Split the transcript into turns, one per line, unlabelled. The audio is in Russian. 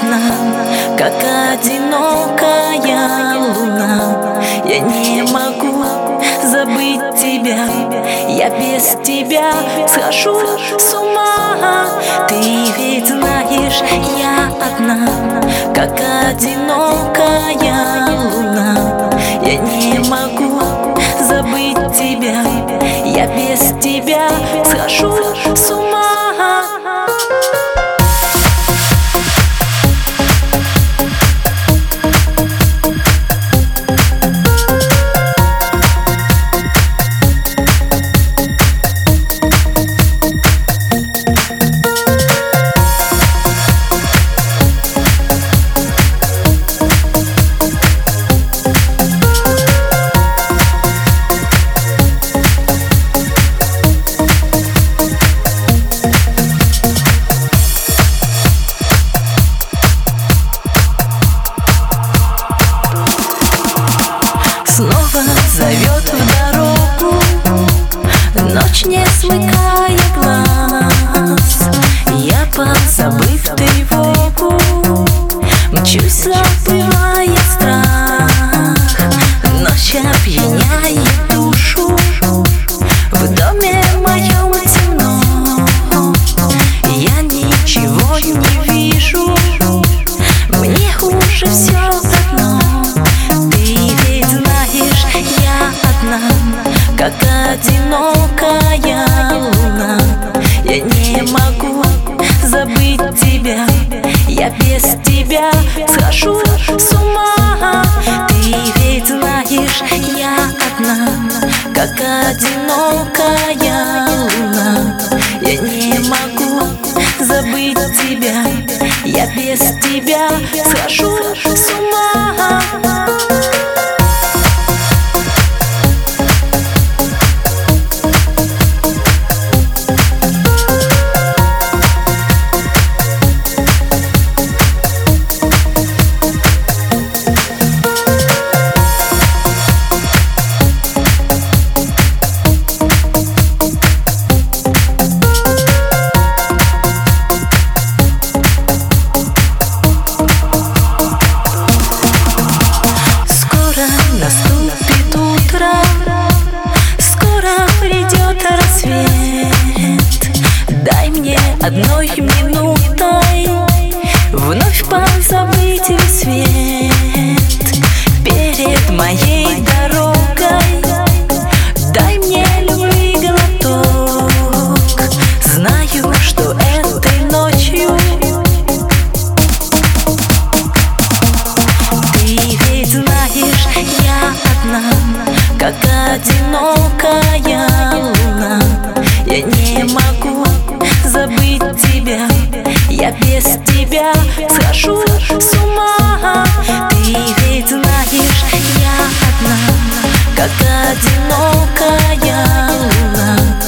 одна, как одинокая луна. Я не могу забыть тебя, я без тебя схожу с ума. Ты ведь знаешь, я одна, как одинокая луна. Я не могу забыть тебя, я без тебя схожу с ума.
Снова зовет в дорогу, ночь не смыкая глаз. Я, позабыв тревогу, мчусь, забывая страх. Ночь опьяняет душу, в доме моем темно. Я ничего не вижу, мне уже все равно. Как одинокая луна, я не могу забыть тебя, я без тебя схожу с ума. Ты ведь знаешь, я одна, как одинокая луна. Я не могу забыть тебя, я без тебя схожу с ума. Наступит утро, скоро придет рассвет. Дай мне одной минутой вновь позабыть весь свет. Перед моей дорогой дай мне любви глоток. Знаю, что этой ночью ты ведь знаешь, я одна, как одинокая луна. Я не могу забыть тебя, я без тебя схожу с ума. Ты ведь знаешь, я одна, как одинокая луна.